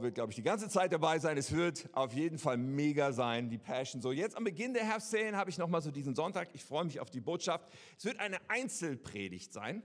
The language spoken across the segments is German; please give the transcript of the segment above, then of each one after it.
wird, glaube ich, die ganze Zeit dabei sein. Es wird auf jeden Fall mega sein, die Passion. So, jetzt am Beginn der Herbstferien habe ich nochmal so diesen Sonntag. Ich freue mich auf die Botschaft. Es wird eine Einzelpredigt sein,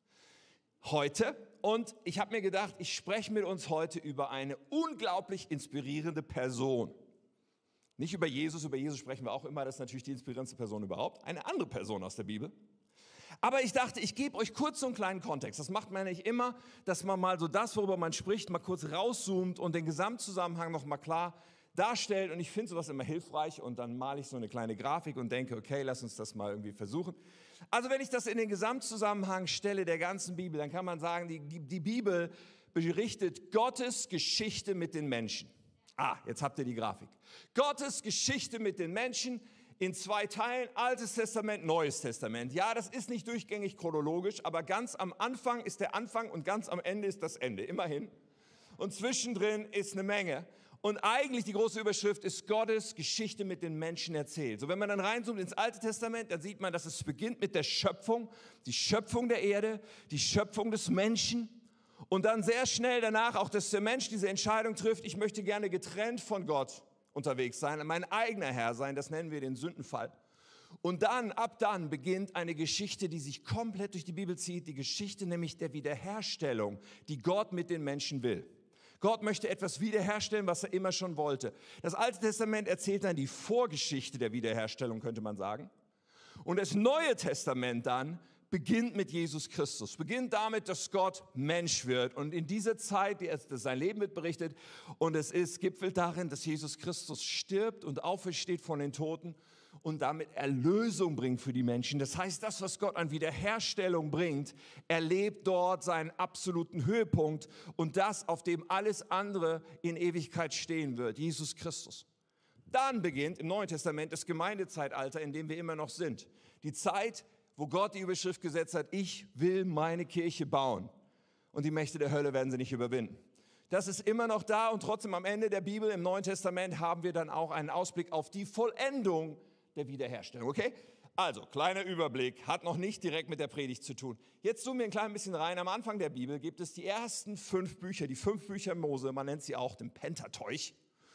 heute. Und ich habe mir gedacht, ich spreche mit uns heute über eine unglaublich inspirierende Person. Nicht über Jesus sprechen wir auch immer, das ist natürlich die inspirierendste Person überhaupt. Eine andere Person aus der Bibel. Aber ich dachte, ich gebe euch kurz so einen kleinen Kontext. Das macht man nicht immer, dass man mal so das, worüber man spricht, mal kurz rauszoomt und den Gesamtzusammenhang nochmal klar darstellt. Und ich finde sowas immer hilfreich und dann male ich so eine kleine Grafik und denke, okay, lass uns das mal irgendwie versuchen. Also wenn ich das in den Gesamtzusammenhang stelle der ganzen Bibel, dann kann man sagen, die Bibel berichtet Gottes Geschichte mit den Menschen. Jetzt habt ihr die Grafik. Gottes Geschichte mit den Menschen in 2 Teilen, Altes Testament, Neues Testament. Ja, das ist nicht durchgängig chronologisch, aber ganz am Anfang ist der Anfang und ganz am Ende ist das Ende, immerhin. Und zwischendrin ist eine Menge. Und eigentlich die große Überschrift ist Gottes Geschichte mit den Menschen erzählt. So, wenn man dann reinzoomt ins Alte Testament, dann sieht man, dass es beginnt mit der Schöpfung, die Schöpfung der Erde, die Schöpfung des Menschen. Und dann sehr schnell danach auch, dass der Mensch diese Entscheidung trifft, ich möchte gerne getrennt von Gott unterwegs sein, mein eigener Herr sein, das nennen wir den Sündenfall. Und ab dann beginnt eine Geschichte, die sich komplett durch die Bibel zieht, die Geschichte nämlich der Wiederherstellung, die Gott mit den Menschen will. Gott möchte etwas wiederherstellen, was er immer schon wollte. Das Alte Testament erzählt dann die Vorgeschichte der Wiederherstellung, könnte man sagen. Und das Neue Testament dann beginnt mit Jesus Christus, beginnt damit, dass Gott Mensch wird. Und in dieser Zeit, sein Leben wird berichtet und gipfelt darin, dass Jesus Christus stirbt und aufersteht von den Toten und damit Erlösung bringt für die Menschen. Das heißt, das, was Gott an Wiederherstellung bringt, erlebt dort seinen absoluten Höhepunkt und das, auf dem alles andere in Ewigkeit stehen wird, Jesus Christus. Dann beginnt im Neuen Testament das Gemeindezeitalter, in dem wir immer noch sind. Die Zeit, wo Gott die Überschrift gesetzt hat, ich will meine Kirche bauen. Und die Mächte der Hölle werden sie nicht überwinden. Das ist immer noch da und trotzdem am Ende der Bibel im Neuen Testament haben wir dann auch einen Ausblick auf die Vollendung der Wiederherstellung. Okay? Also, kleiner Überblick, hat noch nicht direkt mit der Predigt zu tun. Jetzt zoomen wir ein klein bisschen rein. Am Anfang der Bibel gibt es die ersten 5 Bücher, die 5 Bücher Mose, man nennt sie auch den Pentateuch.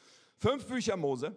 5 Bücher Mose.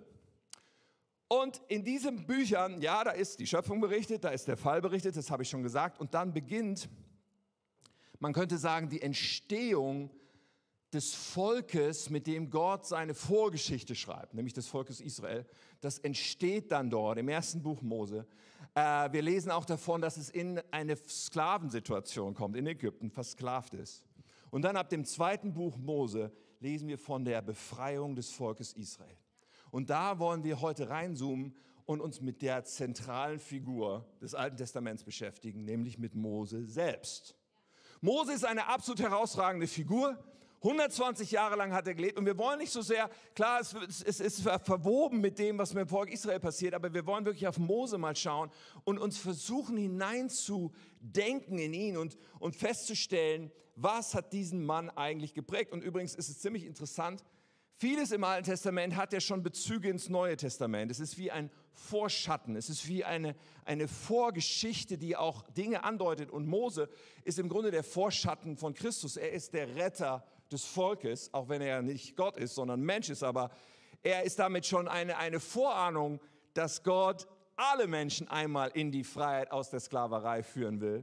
Und in diesen Büchern, ja, da ist die Schöpfung berichtet, da ist der Fall berichtet, das habe ich schon gesagt. Und dann beginnt, man könnte sagen, die Entstehung des Volkes, mit dem Gott seine Vorgeschichte schreibt, nämlich des Volkes Israel. Das entsteht dann dort im ersten Buch Mose. Wir lesen auch davon, dass es in eine Sklavensituation kommt, in Ägypten versklavt ist. Und dann ab dem 2. Buch Mose lesen wir von der Befreiung des Volkes Israel. Und da wollen wir heute reinzoomen und uns mit der zentralen Figur des Alten Testaments beschäftigen, nämlich mit Mose selbst. Mose ist eine absolut herausragende Figur. 120 Jahre lang hat er gelebt und wir wollen nicht so sehr, klar, es ist verwoben mit dem, was mit dem Volk Israel passiert, aber wir wollen wirklich auf Mose mal schauen und uns versuchen hineinzudenken in ihn und festzustellen, was hat diesen Mann eigentlich geprägt. Und übrigens ist es ziemlich interessant, vieles im Alten Testament hat ja schon Bezüge ins Neue Testament. Es ist wie ein Vorschatten, es ist wie eine Vorgeschichte, die auch Dinge andeutet. Und Mose ist im Grunde der Vorschatten von Christus. Er ist der Retter des Volkes, auch wenn er ja nicht Gott ist, sondern Mensch ist. Aber er ist damit schon eine Vorahnung, dass Gott alle Menschen einmal in die Freiheit aus der Sklaverei führen will.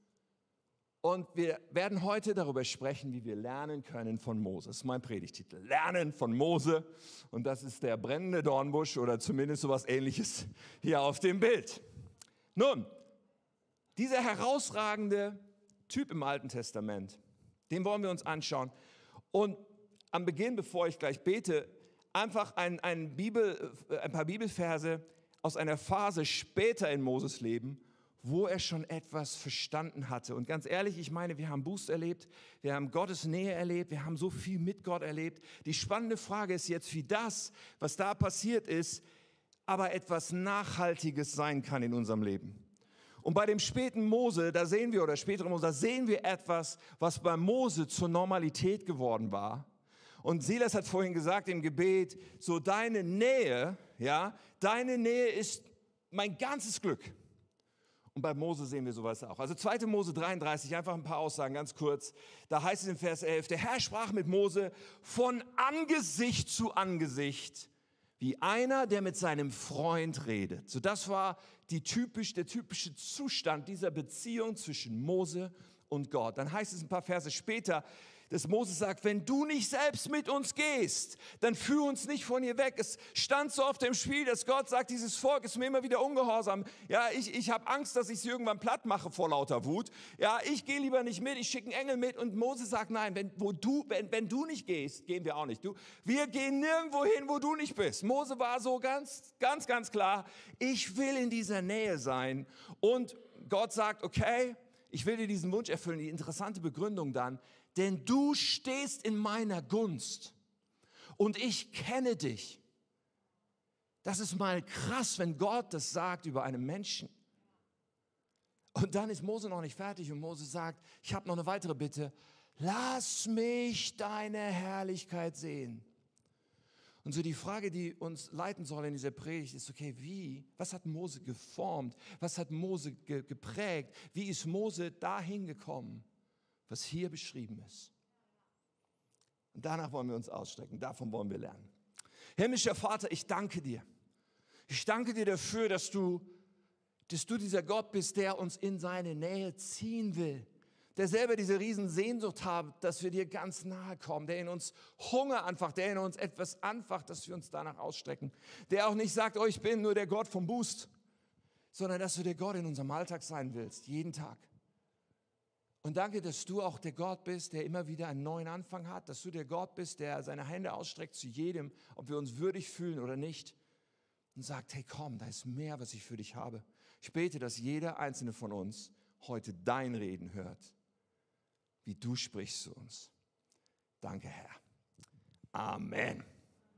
Und wir werden heute darüber sprechen, wie wir lernen können von Mose. Das ist mein Predigtitel. Lernen von Mose. Und das ist der brennende Dornbusch oder zumindest sowas Ähnliches hier auf dem Bild. Nun, dieser herausragende Typ im Alten Testament, den wollen wir uns anschauen. Und am Beginn, bevor ich gleich bete, einfach ein paar Bibelverse aus einer Phase später in Moses Leben, wo er schon etwas verstanden hatte. Und ganz ehrlich, ich meine, wir haben Buße erlebt, wir haben Gottes Nähe erlebt, wir haben so viel mit Gott erlebt. Die spannende Frage ist jetzt, wie das, was da passiert ist, aber etwas Nachhaltiges sein kann in unserem Leben. Und bei dem späteren Mose, da sehen wir etwas, was bei Mose zur Normalität geworden war. Und Silas hat vorhin gesagt im Gebet, so deine Nähe ist mein ganzes Glück. Und bei Mose sehen wir sowas auch. Also 2. Mose 33, einfach ein paar Aussagen, ganz kurz. Da heißt es in Vers 11, der Herr sprach mit Mose von Angesicht zu Angesicht, wie einer, der mit seinem Freund redet. So, das war der typische Zustand dieser Beziehung zwischen Mose und Gott. Dann heißt es ein paar Verse später, dass Moses sagt, wenn du nicht selbst mit uns gehst, dann führ uns nicht von hier weg. Es stand so oft im Spiel, dass Gott sagt, dieses Volk ist mir immer wieder ungehorsam. Ja, ich habe Angst, dass ich sie irgendwann platt mache vor lauter Wut. Ja, ich gehe lieber nicht mit, ich schicke einen Engel mit. Und Moses sagt, nein, wenn du nicht gehst, gehen wir auch nicht. Wir gehen nirgendwo hin, wo du nicht bist. Mose war so ganz klar, ich will in dieser Nähe sein. Und Gott sagt, okay, ich will dir diesen Wunsch erfüllen. Die interessante Begründung dann, denn du stehst in meiner Gunst und ich kenne dich. Das ist mal krass, wenn Gott das sagt über einen Menschen. Und dann ist Mose noch nicht fertig und Mose sagt, ich habe noch eine weitere Bitte. Lass mich deine Herrlichkeit sehen. Und so die Frage, die uns leiten soll in dieser Predigt ist, okay, wie? Was hat Mose geformt? Was hat Mose geprägt? Wie ist Mose dahin gekommen, was hier beschrieben ist? Und danach wollen wir uns ausstrecken, davon wollen wir lernen. Himmlischer Vater, ich danke dir. Ich danke dir dafür, dass du dieser Gott bist, der uns in seine Nähe ziehen will. Der selber diese Riesensehnsucht hat, dass wir dir ganz nahe kommen, der in uns Hunger anfacht, der in uns etwas anfacht, dass wir uns danach ausstrecken. Der auch nicht sagt, oh, ich bin nur der Gott vom Boost, sondern dass du der Gott in unserem Alltag sein willst, jeden Tag. Und danke, dass du auch der Gott bist, der immer wieder einen neuen Anfang hat, dass du der Gott bist, der seine Hände ausstreckt zu jedem, ob wir uns würdig fühlen oder nicht, und sagt, hey komm, da ist mehr, was ich für dich habe. Ich bete, dass jeder einzelne von uns heute dein Reden hört, wie du sprichst zu uns. Danke, Herr. Amen.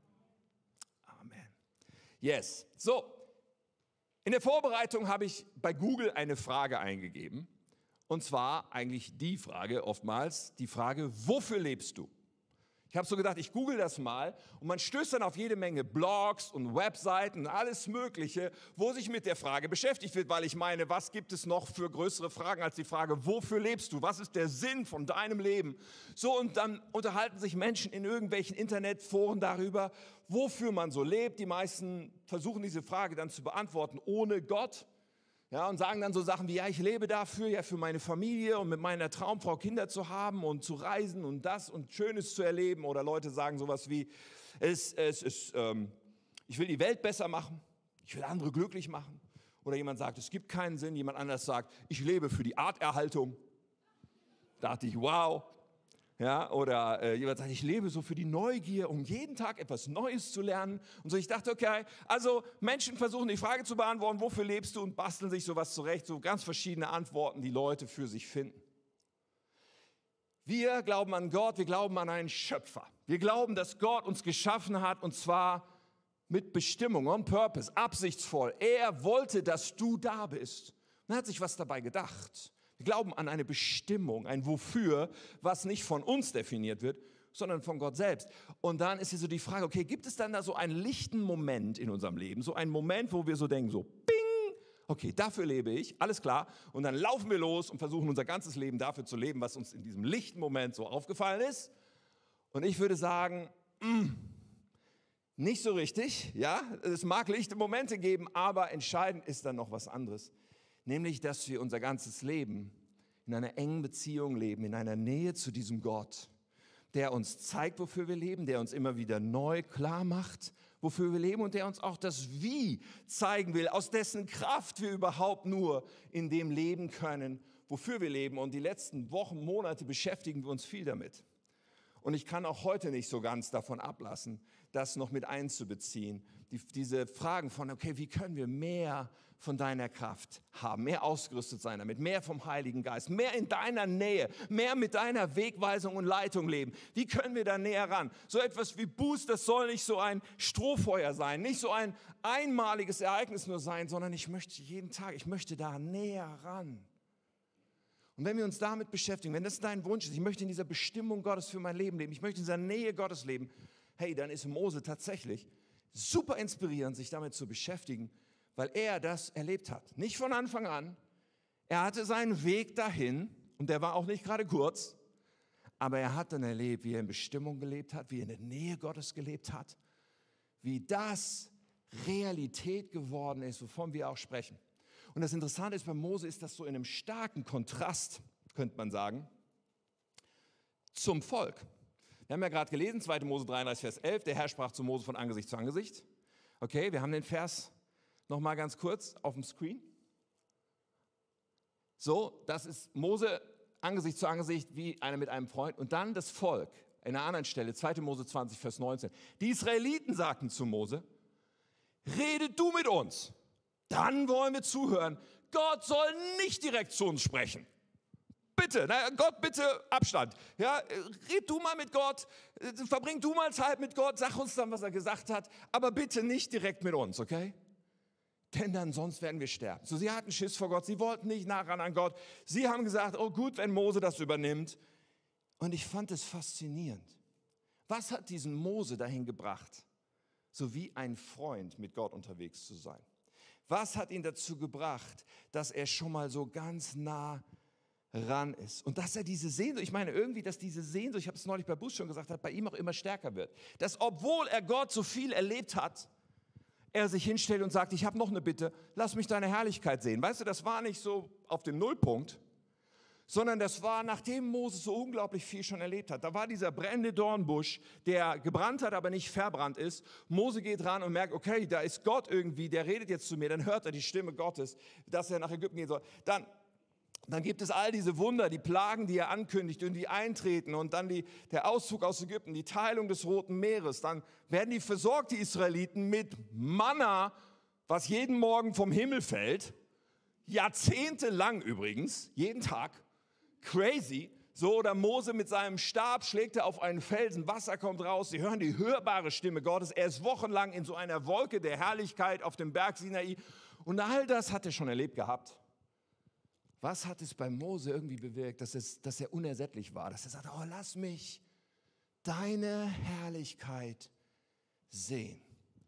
Amen. Yes. So, in der Vorbereitung habe ich bei Google eine Frage eingegeben. Und zwar eigentlich die Frage, oftmals die Frage, wofür lebst du? Ich habe so gedacht, ich google das mal und man stößt dann auf jede Menge Blogs und Webseiten und alles Mögliche, wo sich mit der Frage beschäftigt wird, weil ich meine, was gibt es noch für größere Fragen als die Frage, wofür lebst du? Was ist der Sinn von deinem Leben? So, und dann unterhalten sich Menschen in irgendwelchen Internetforen darüber, wofür man so lebt. Die meisten versuchen diese Frage dann zu beantworten ohne Gott. Ja, und sagen dann so Sachen wie, ja, ich lebe dafür, ja, für meine Familie und mit meiner Traumfrau Kinder zu haben und zu reisen und das und Schönes zu erleben. Oder Leute sagen sowas wie, ich will die Welt besser machen, ich will andere glücklich machen. Oder jemand sagt, es gibt keinen Sinn. Jemand anders sagt, ich lebe für die Arterhaltung. Da dachte ich, wow. Ja, oder jemand sagt, ich lebe so für die Neugier, um jeden Tag etwas Neues zu lernen. Und so, ich dachte, okay, also Menschen versuchen die Frage zu beantworten, wofür lebst du, und basteln sich sowas zurecht, so ganz verschiedene Antworten, die Leute für sich finden. Wir glauben an Gott, wir glauben an einen Schöpfer. Wir glauben, dass Gott uns geschaffen hat, und zwar mit Bestimmung, on purpose, absichtsvoll. Er wollte, dass du da bist. Und er hat sich was dabei gedacht. Wir glauben an eine Bestimmung, ein Wofür, was nicht von uns definiert wird, sondern von Gott selbst. Und dann ist hier so die Frage, okay, gibt es dann da so einen lichten Moment in unserem Leben, so einen Moment, wo wir so denken, so bing, okay, dafür lebe ich, alles klar. Und dann laufen wir los und versuchen unser ganzes Leben dafür zu leben, was uns in diesem lichten Moment so aufgefallen ist. Und ich würde sagen, nicht so richtig, ja, es mag lichte Momente geben, aber entscheidend ist dann noch was anderes. Nämlich, dass wir unser ganzes Leben in einer engen Beziehung leben, in einer Nähe zu diesem Gott, der uns zeigt, wofür wir leben, der uns immer wieder neu klar macht, wofür wir leben, und der uns auch das Wie zeigen will, aus dessen Kraft wir überhaupt nur in dem leben können, wofür wir leben. Und die letzten Wochen, Monate beschäftigen wir uns viel damit. Und ich kann auch heute nicht so ganz davon ablassen, das noch mit einzubeziehen. Diese Fragen von, okay, wie können wir mehr von deiner Kraft haben, mehr ausgerüstet sein damit, mehr vom Heiligen Geist, mehr in deiner Nähe, mehr mit deiner Wegweisung und Leitung leben. Wie können wir da näher ran? So etwas wie Boost, das soll nicht so ein Strohfeuer sein, nicht so ein einmaliges Ereignis nur sein, sondern ich möchte jeden Tag, ich möchte da näher ran. Und wenn wir uns damit beschäftigen, wenn das dein Wunsch ist, ich möchte in dieser Bestimmung Gottes für mein Leben leben, ich möchte in dieser Nähe Gottes leben, hey, dann ist Mose tatsächlich super inspirierend, sich damit zu beschäftigen, weil er das erlebt hat. Nicht von Anfang an, Er hatte seinen Weg dahin und der war auch nicht gerade kurz, aber er hat dann erlebt, wie er in Bestimmung gelebt hat, wie er in der Nähe Gottes gelebt hat, wie das Realität geworden ist, wovon wir auch sprechen. Und das Interessante ist, bei Mose ist das so in einem starken Kontrast, könnte man sagen, zum Volk. Wir haben ja gerade gelesen, 2. Mose 33, Vers 11, der Herr sprach zu Mose von Angesicht zu Angesicht. Okay, wir haben den Vers nochmal ganz kurz auf dem Screen. So, das ist Mose Angesicht zu Angesicht wie einer mit einem Freund. Und dann das Volk, an einer anderen Stelle, 2. Mose 20, Vers 19. Die Israeliten sagten zu Mose, rede du mit uns, dann wollen wir zuhören. Gott soll nicht direkt zu uns sprechen. Bitte, Gott, bitte Abstand. Ja, red du mal mit Gott, verbring du mal Zeit mit Gott, sag uns dann, was er gesagt hat, aber bitte nicht direkt mit uns, okay? Denn dann sonst werden wir sterben. So, sie hatten Schiss vor Gott, sie wollten nicht nah ran an Gott. Sie haben gesagt, oh gut, wenn Mose das übernimmt. Und ich fand es faszinierend. Was hat diesen Mose dahin gebracht, so wie ein Freund mit Gott unterwegs zu sein? Was hat ihn dazu gebracht, dass er schon mal so ganz nah ran ist? Und dass er diese Sehnsucht, ich meine irgendwie, dass diese Sehnsucht, ich habe es neulich bei Bus schon gesagt, bei ihm auch immer stärker wird. Dass obwohl er Gott so viel erlebt hat, er sich hinstellt und sagt, ich habe noch eine Bitte, lass mich deine Herrlichkeit sehen. Weißt du, das war nicht so auf dem Nullpunkt, sondern das war, nachdem Mose so unglaublich viel schon erlebt hat. Da war dieser brennende Dornbusch, der gebrannt hat, aber nicht verbrannt ist. Mose geht ran und merkt, okay, da ist Gott irgendwie, der redet jetzt zu mir. Dann hört er die Stimme Gottes, dass er nach Ägypten gehen soll. Dann gibt es all diese Wunder, die Plagen, die er ankündigt und die eintreten und dann der Auszug aus Ägypten, die Teilung des Roten Meeres. Dann werden die versorgt, die Israeliten, mit Manna, was jeden Morgen vom Himmel fällt. Jahrzehntelang übrigens, jeden Tag. Crazy. So, oder Mose mit seinem Stab schlägt er auf einen Felsen, Wasser kommt raus, sie hören die hörbare Stimme Gottes. Er ist wochenlang in so einer Wolke der Herrlichkeit auf dem Berg Sinai. Und all das hat er schon erlebt gehabt. Was hat es bei Mose irgendwie bewirkt, dass er unersättlich war? Dass er sagte, oh, lass mich deine Herrlichkeit sehen.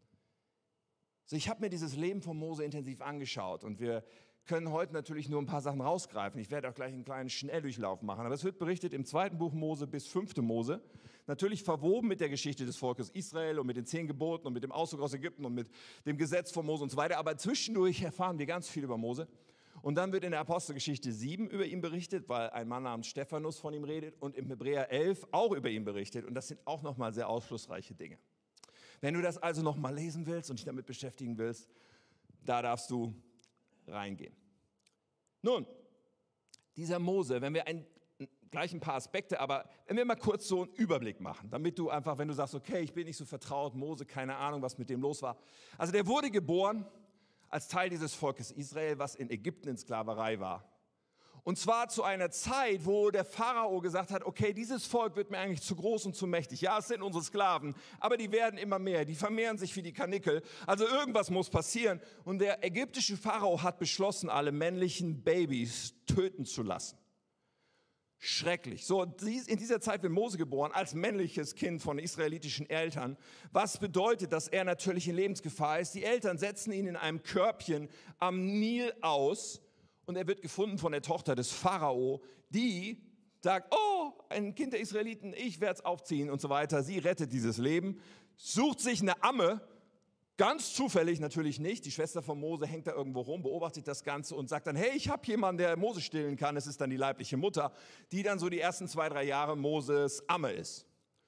So, ich habe mir dieses Leben von Mose intensiv angeschaut und wir können heute natürlich nur ein paar Sachen rausgreifen. Ich werde auch gleich einen kleinen Schnelldurchlauf machen. Aber es wird berichtet im 2. Buch Mose bis 5. Mose. Natürlich verwoben mit der Geschichte des Volkes Israel und mit den 10 Geboten und mit dem Auszug aus Ägypten und mit dem Gesetz von Mose und so weiter. Aber zwischendurch erfahren wir ganz viel über Mose. Und dann wird in der Apostelgeschichte 7 über ihn berichtet, weil ein Mann namens Stephanus von ihm redet und im Hebräer 11 auch über ihn berichtet. Und das sind auch nochmal sehr aufschlussreiche Dinge. Wenn du das also nochmal lesen willst und dich damit beschäftigen willst, da darfst du reingehen. Nun, dieser Mose, wenn wir gleich ein paar Aspekte, aber wenn wir mal kurz so einen Überblick machen, damit du einfach, wenn du sagst, okay, ich bin nicht so vertraut, Mose, keine Ahnung, was mit dem los war. Also der wurde geboren als Teil dieses Volkes Israel, was in Ägypten in Sklaverei war. Und zwar zu einer Zeit, wo der Pharao gesagt hat, okay, dieses Volk wird mir eigentlich zu groß und zu mächtig. Ja, es sind unsere Sklaven, aber die werden immer mehr, die vermehren sich wie die Karnickel. Also irgendwas muss passieren. Und der ägyptische Pharao hat beschlossen, alle männlichen Babys töten zu lassen. Schrecklich. So, in dieser Zeit wird Mose geboren als männliches Kind von israelitischen Eltern. Was bedeutet, dass er natürlich in Lebensgefahr ist? Die Eltern setzen ihn in einem Körbchen am Nil aus und er wird gefunden von der Tochter des Pharao, die sagt, oh, ein Kind der Israeliten, ich werde es aufziehen und so weiter. Sie rettet dieses Leben, sucht sich eine Amme, ganz zufällig natürlich nicht. Die Schwester von Mose hängt da irgendwo rum, beobachtet das Ganze und sagt dann, hey, ich habe jemanden, der Mose stillen kann. Es ist dann die leibliche Mutter, die dann so die ersten 2-3 Jahre Moses Amme ist.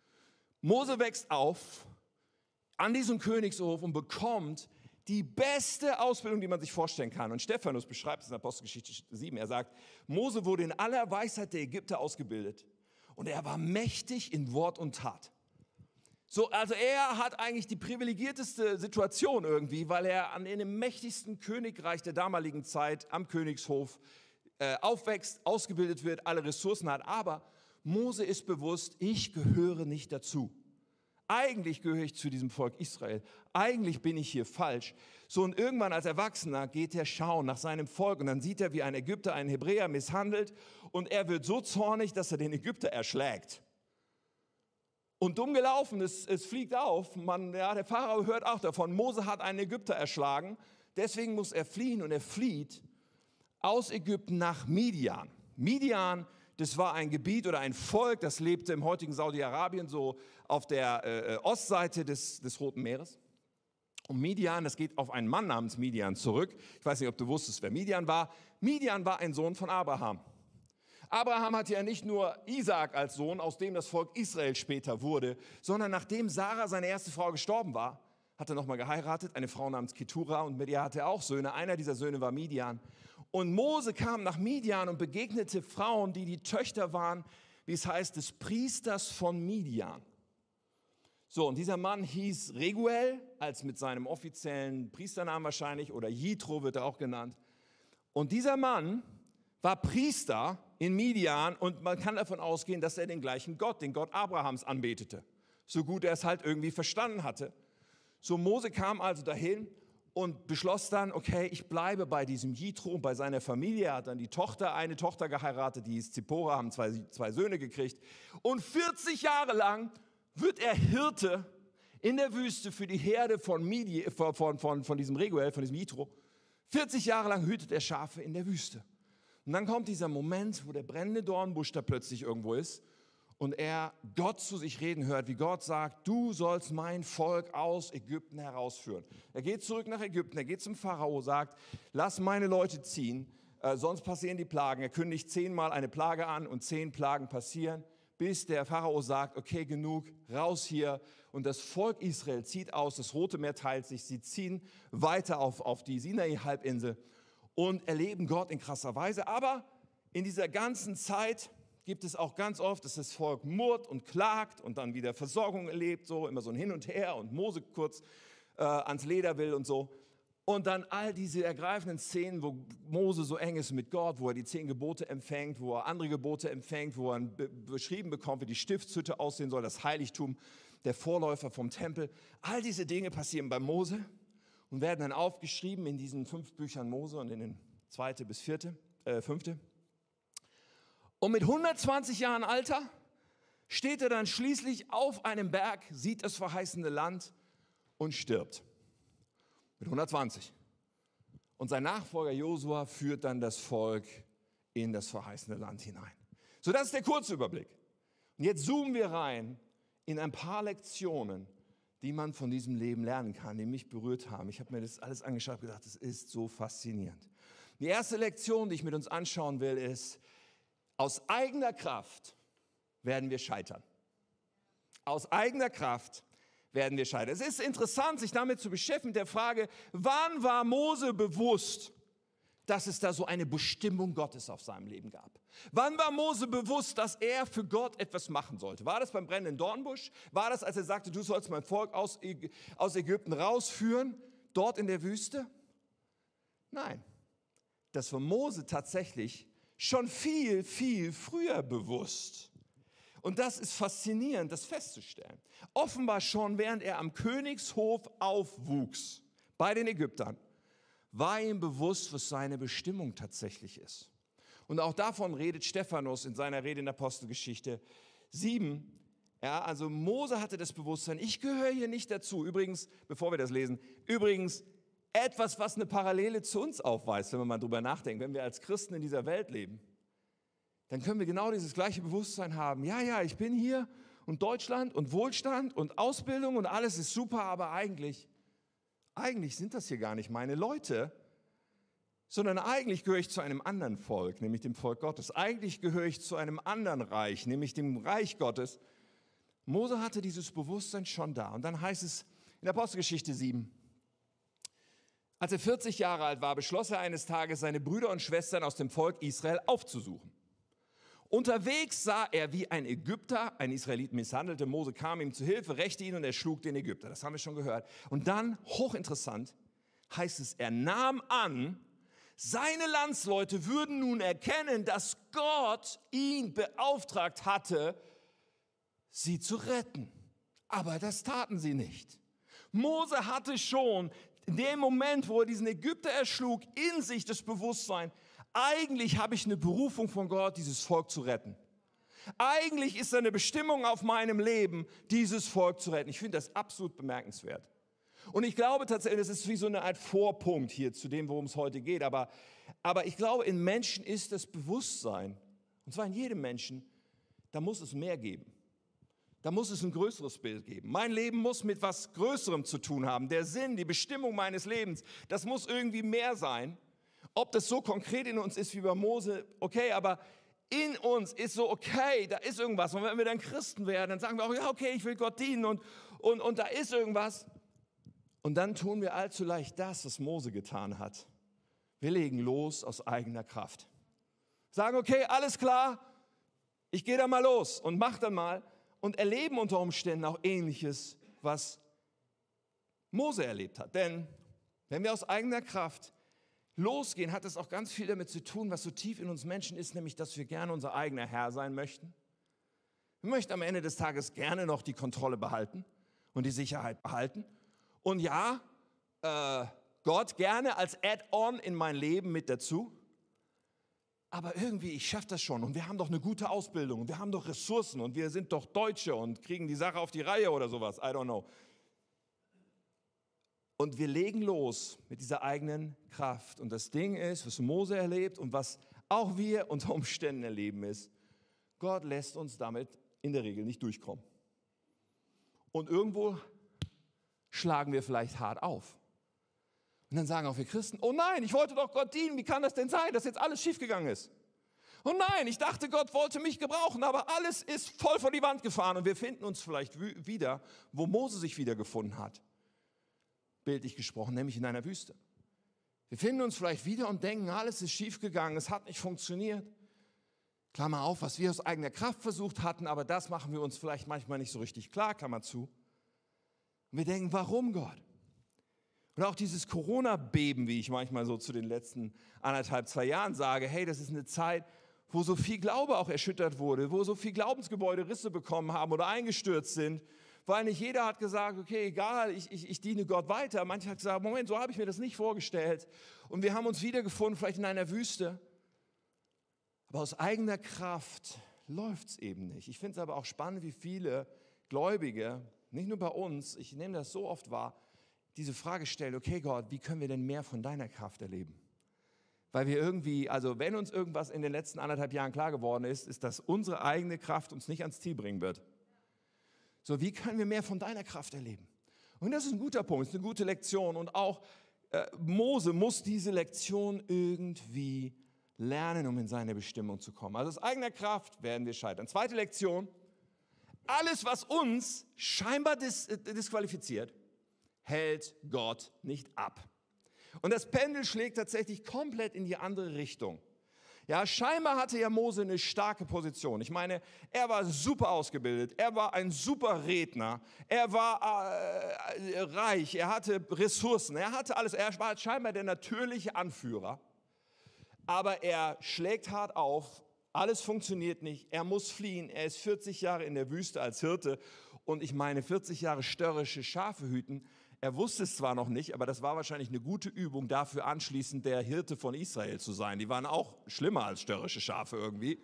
Mose wächst auf an diesem Königshof und bekommt die beste Ausbildung, die man sich vorstellen kann. Und Stephanus beschreibt es in Apostelgeschichte 7. Er sagt, Mose wurde in aller Weisheit der Ägypter ausgebildet und er war mächtig in Wort und Tat. So, also er hat eigentlich die privilegierteste Situation irgendwie, weil er in dem mächtigsten Königreich der damaligen Zeit am Königshof aufwächst, ausgebildet wird, alle Ressourcen hat. Aber Mose ist bewusst, ich gehöre nicht dazu. Eigentlich gehöre ich zu diesem Volk Israel. Eigentlich bin ich hier falsch. So, und irgendwann als Erwachsener geht er schauen nach seinem Volk und dann sieht er, wie ein Ägypter einen Hebräer misshandelt und er wird so zornig, dass er den Ägypter erschlägt. Und dumm gelaufen, es fliegt auf. Der Pharao hört auch davon. Mose hat einen Ägypter erschlagen. Deswegen muss er fliehen und er flieht aus Ägypten nach Midian. Midian, das war ein Gebiet oder ein Volk, das lebte im heutigen Saudi-Arabien, so auf der Ostseite des Roten Meeres. Und Midian, das geht auf einen Mann namens Midian zurück. Ich weiß nicht, ob du wusstest, wer Midian war. Midian war ein Sohn von Abraham. Abraham hatte ja nicht nur Isaak als Sohn, aus dem das Volk Israel später wurde, sondern nachdem Sarah, seine erste Frau, gestorben war, hat er nochmal geheiratet, eine Frau namens Ketura, und mit ihr hatte er auch Söhne. Einer dieser Söhne war Midian. Und Mose kam nach Midian und begegnete Frauen, die die Töchter waren, wie es heißt, des Priesters von Midian. So, und dieser Mann hieß Reguel, als mit seinem offiziellen Priesternamen wahrscheinlich, oder Jitro wird er auch genannt. Und dieser Mann war Priester in Midian und man kann davon ausgehen, dass er den gleichen Gott, den Gott Abrahams, anbetete. So gut er es halt irgendwie verstanden hatte. So, Mose kam also dahin und beschloss dann, okay, ich bleibe bei diesem Jitro, bei seiner Familie. Er hat dann eine Tochter geheiratet, die hieß Zippora, haben zwei Söhne gekriegt. Und 40 Jahre lang wird er Hirte in der Wüste für die Herde von diesem Reguel, von diesem Jitro. 40 Jahre lang hütet er Schafe in der Wüste. Und dann kommt dieser Moment, wo der brennende Dornbusch da plötzlich irgendwo ist und er Gott zu sich reden hört, wie Gott sagt, du sollst mein Volk aus Ägypten herausführen. Er geht zurück nach Ägypten, er geht zum Pharao, sagt, lass meine Leute ziehen, sonst passieren die Plagen. Er kündigt 10-mal eine Plage an und 10 Plagen passieren, bis der Pharao sagt, okay, genug, raus hier. Und das Volk Israel zieht aus, das Rote Meer teilt sich, sie ziehen weiter auf die Sinai-Halbinsel und erleben Gott in krasser Weise. Aber in dieser ganzen Zeit gibt es auch ganz oft, dass das Volk murrt und klagt und dann wieder Versorgung erlebt, so immer so ein Hin und Her und Mose kurz ans Leder will und so. Und dann all diese ergreifenden Szenen, wo Mose so eng ist mit Gott, wo er die 10 Gebote empfängt, wo er andere Gebote empfängt, wo er beschrieben bekommt, wie die Stiftshütte aussehen soll, das Heiligtum, der Vorläufer vom Tempel. All diese Dinge passieren bei Mose und werden dann aufgeschrieben in diesen 5 Büchern Mose und in den 2. bis 5. Und mit 120 Jahren Alter steht er dann schließlich auf einem Berg, sieht das verheißene Land und stirbt. Mit 120. Und sein Nachfolger Josua führt dann das Volk in das verheißene Land hinein. So, das ist der Kurzüberblick. Und jetzt zoomen wir rein in ein paar Lektionen, die man von diesem Leben lernen kann, die mich berührt haben. Ich habe mir das alles angeschaut und gedacht, das ist so faszinierend. Die erste Lektion, die ich mit uns anschauen will, ist, aus eigener Kraft werden wir scheitern. Aus eigener Kraft werden wir scheitern. Es ist interessant, sich damit zu beschäftigen, mit der Frage, wann war Mose bewusst, dass es da so eine Bestimmung Gottes auf seinem Leben gab? Wann war Mose bewusst, dass er für Gott etwas machen sollte? War das beim brennenden Dornbusch? War das, als er sagte, du sollst mein Volk aus Ägypten rausführen, dort in der Wüste? Nein, das war Mose tatsächlich schon viel, viel früher bewusst. Und das ist faszinierend, das festzustellen. Offenbar schon, während er am Königshof aufwuchs, bei den Ägyptern, war ihm bewusst, was seine Bestimmung tatsächlich ist. Und auch davon redet Stephanus in seiner Rede in Apostelgeschichte 7. Ja, also Mose hatte das Bewusstsein, ich gehöre hier nicht dazu. Übrigens, bevor wir das lesen, etwas, was eine Parallele zu uns aufweist, wenn wir mal drüber nachdenken, wenn wir als Christen in dieser Welt leben. Dann können wir genau dieses gleiche Bewusstsein haben. Ja, ich bin hier und Deutschland und Wohlstand und Ausbildung und alles ist super, aber eigentlich sind das hier gar nicht meine Leute, sondern eigentlich gehöre ich zu einem anderen Volk, nämlich dem Volk Gottes. Eigentlich gehöre ich zu einem anderen Reich, nämlich dem Reich Gottes. Mose hatte dieses Bewusstsein schon da. Und dann heißt es in Apostelgeschichte 7, als er 40 Jahre alt war, beschloss er eines Tages, seine Brüder und Schwestern aus dem Volk Israel aufzusuchen. Unterwegs sah er, wie ein Ägypter einen Israeliten misshandelte. Mose kam ihm zu Hilfe, rächte ihn und er schlug den Ägypter. Das haben wir schon gehört. Und dann, hochinteressant, heißt es, er nahm an, seine Landsleute würden nun erkennen, dass Gott ihn beauftragt hatte, sie zu retten. Aber das taten sie nicht. Mose hatte schon in dem Moment, wo er diesen Ägypter erschlug, in sich das Bewusstsein, eigentlich habe ich eine Berufung von Gott, dieses Volk zu retten. Eigentlich ist da eine Bestimmung auf meinem Leben, dieses Volk zu retten. Ich finde das absolut bemerkenswert. Und ich glaube tatsächlich, das ist wie so eine Art Vorpunkt hier zu dem, worum es heute geht. Aber ich glaube, in Menschen ist das Bewusstsein, und zwar in jedem Menschen, da muss es mehr geben. Da muss es ein größeres Bild geben. Mein Leben muss mit was Größerem zu tun haben. Der Sinn, die Bestimmung meines Lebens, das muss irgendwie mehr sein. Ob das so konkret in uns ist wie bei Mose, okay, aber in uns ist so, okay, da ist irgendwas. Und wenn wir dann Christen werden, dann sagen wir auch, ja, okay, ich will Gott dienen und da ist irgendwas. Und dann tun wir allzu leicht das, was Mose getan hat. Wir legen los aus eigener Kraft. Sagen, okay, alles klar, ich gehe da mal los und mach dann mal. Und erleben unter Umständen auch Ähnliches, was Mose erlebt hat. Denn wenn wir aus eigener Kraft losgehen, hat es auch ganz viel damit zu tun, was so tief in uns Menschen ist, nämlich, dass wir gerne unser eigener Herr sein möchten. Wir möchten am Ende des Tages gerne noch die Kontrolle behalten und die Sicherheit behalten. Und ja, Gott gerne als Add-on in mein Leben mit dazu. Aber irgendwie, ich schaffe das schon und wir haben doch eine gute Ausbildung und wir haben doch Ressourcen und wir sind doch Deutsche und kriegen die Sache auf die Reihe oder sowas, I don't know. Und wir legen los mit dieser eigenen Kraft. Und das Ding ist, was Mose erlebt und was auch wir unter Umständen erleben ist, Gott lässt uns damit in der Regel nicht durchkommen. Und irgendwo schlagen wir vielleicht hart auf. Und dann sagen auch wir Christen, oh nein, ich wollte doch Gott dienen, wie kann das denn sein, dass jetzt alles schiefgegangen ist? Oh nein, ich dachte, Gott wollte mich gebrauchen, aber alles ist voll vor die Wand gefahren und wir finden uns vielleicht wieder, wo Mose sich wiedergefunden hat, bildlich gesprochen, nämlich in einer Wüste. Wir finden uns vielleicht wieder und denken, alles ist schiefgegangen, es hat nicht funktioniert. Klammer auf, was wir aus eigener Kraft versucht hatten, aber das machen wir uns vielleicht manchmal nicht so richtig klar, Klammer zu. Und wir denken, warum Gott? Und auch dieses Corona-Beben, wie ich manchmal so zu den letzten 1,5, 2 Jahren sage, hey, das ist eine Zeit, wo so viel Glaube auch erschüttert wurde, wo so viel Glaubensgebäude Risse bekommen haben oder eingestürzt sind, weil nicht jeder hat gesagt, okay, egal, ich diene Gott weiter. Manche hat gesagt, Moment, so habe ich mir das nicht vorgestellt. Und wir haben uns wiedergefunden, vielleicht in einer Wüste. Aber aus eigener Kraft läuft es eben nicht. Ich finde es aber auch spannend, wie viele Gläubige, nicht nur bei uns, ich nehme das so oft wahr, diese Frage stellen, okay Gott, wie können wir denn mehr von deiner Kraft erleben? Weil wir irgendwie, also wenn uns irgendwas in den letzten 1,5 Jahren klar geworden ist, ist, dass unsere eigene Kraft uns nicht ans Ziel bringen wird. So, wie können wir mehr von deiner Kraft erleben? Und das ist ein guter Punkt, ist eine gute Lektion. Und auch Mose muss diese Lektion irgendwie lernen, um in seine Bestimmung zu kommen. Also aus eigener Kraft werden wir scheitern. Zweite Lektion, alles, was uns scheinbar disqualifiziert, hält Gott nicht ab. Und das Pendel schlägt tatsächlich komplett in die andere Richtung. Ja, scheinbar hatte ja Mose eine starke Position. Ich meine, er war super ausgebildet, er war ein super Redner, er war reich, er hatte Ressourcen, er hatte alles, er war scheinbar der natürliche Anführer. Aber er schlägt hart auf, alles funktioniert nicht, er muss fliehen, er ist 40 Jahre in der Wüste als Hirte und ich meine 40 Jahre störrische Schafe hüten. Er wusste es zwar noch nicht, aber das war wahrscheinlich eine gute Übung dafür, anschließend der Hirte von Israel zu sein. Die waren auch schlimmer als störrische Schafe irgendwie.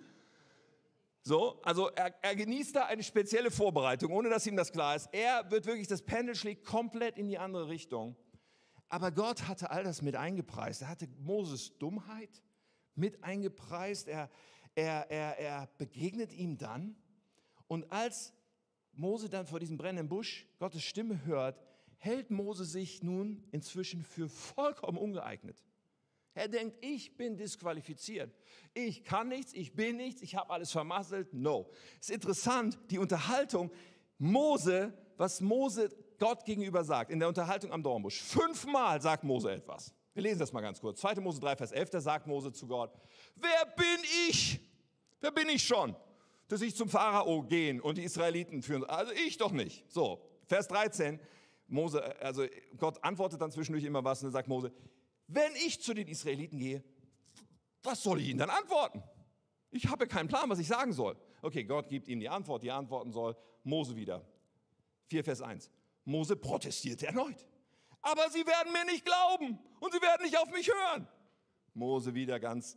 So, also er genießt da eine spezielle Vorbereitung, ohne dass ihm das klar ist. Er wird wirklich, das Pendel schlägt komplett in die andere Richtung. Aber Gott hatte all das mit eingepreist. Er hatte Moses Dummheit mit eingepreist. Er begegnet ihm dann. Und als Mose dann vor diesem brennenden Busch Gottes Stimme hört, hält Mose sich nun inzwischen für vollkommen ungeeignet. Er denkt, ich bin disqualifiziert. Ich kann nichts, ich bin nichts, ich habe alles vermasselt. No. Es ist interessant, die Unterhaltung Mose, was Mose Gott gegenüber sagt, in der Unterhaltung am Dornbusch. 5-mal sagt Mose etwas. Wir lesen das mal ganz kurz. 2. Mose 3, Vers 11, da sagt Mose zu Gott, wer bin ich? Wer bin ich schon, dass ich zum Pharao gehen und die Israeliten führen? Also ich doch nicht. So, Vers 13, Mose, also Gott antwortet dann zwischendurch immer was und dann sagt Mose, wenn ich zu den Israeliten gehe, was soll ich ihnen dann antworten? Ich habe keinen Plan, was ich sagen soll. Okay, Gott gibt ihm die Antwort, die er antworten soll. Mose wieder. 4 Vers 1. Mose protestierte erneut. Aber sie werden mir nicht glauben und sie werden nicht auf mich hören. Mose wieder ganz,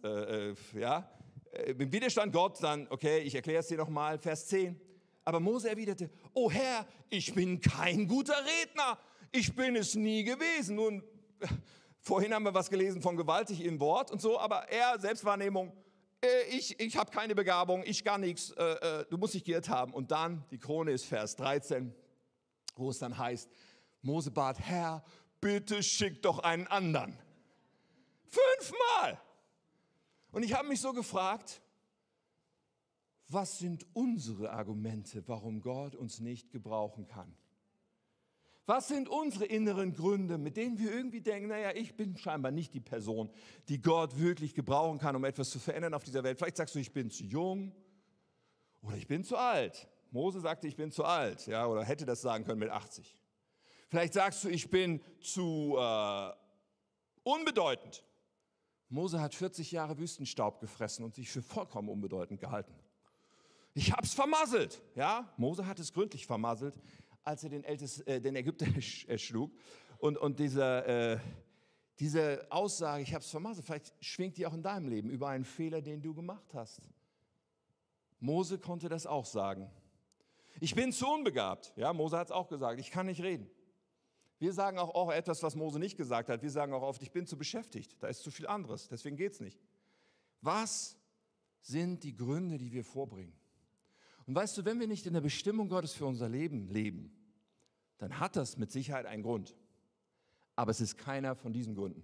im Widerstand Gott dann, okay, ich erkläre es dir nochmal, Vers 10. Aber Mose erwiderte, oh Herr, ich bin kein guter Redner. ich bin es nie gewesen. Nun, vorhin haben wir was gelesen von gewaltig im Wort und so, aber er, Selbstwahrnehmung, ich habe keine Begabung, ich gar nichts, du musst dich geirrt haben. Und dann, die Krone ist Vers 13, wo es dann heißt, Mose bat, Herr, bitte schick doch einen anderen. 5-mal. Und ich habe mich so gefragt, was sind unsere Argumente, warum Gott uns nicht gebrauchen kann? Was sind unsere inneren Gründe, mit denen wir irgendwie denken, naja, ich bin scheinbar nicht die Person, die Gott wirklich gebrauchen kann, um etwas zu verändern auf dieser Welt. Vielleicht sagst du, ich bin zu jung oder ich bin zu alt. Mose sagte, ich bin zu alt, ja, oder hätte das sagen können mit 80. Vielleicht sagst du, ich bin zu unbedeutend. Mose hat 40 Jahre Wüstenstaub gefressen und sich für vollkommen unbedeutend gehalten. Ich hab's vermasselt, ja. Mose hat es gründlich vermasselt, als er den Ägypter erschlug. Und diese Aussage, ich habe es vermasselt, vielleicht schwingt die auch in deinem Leben über einen Fehler, den du gemacht hast. Mose konnte das auch sagen. Ich bin zu unbegabt. Ja, Mose hat es auch gesagt, ich kann nicht reden. Wir sagen auch etwas, was Mose nicht gesagt hat. Wir sagen auch oft, ich bin zu beschäftigt, da ist zu viel anderes, deswegen geht es nicht. Was sind die Gründe, die wir vorbringen? Und weißt du, wenn wir nicht in der Bestimmung Gottes für unser Leben leben, dann hat das mit Sicherheit einen Grund. Aber es ist keiner von diesen Gründen.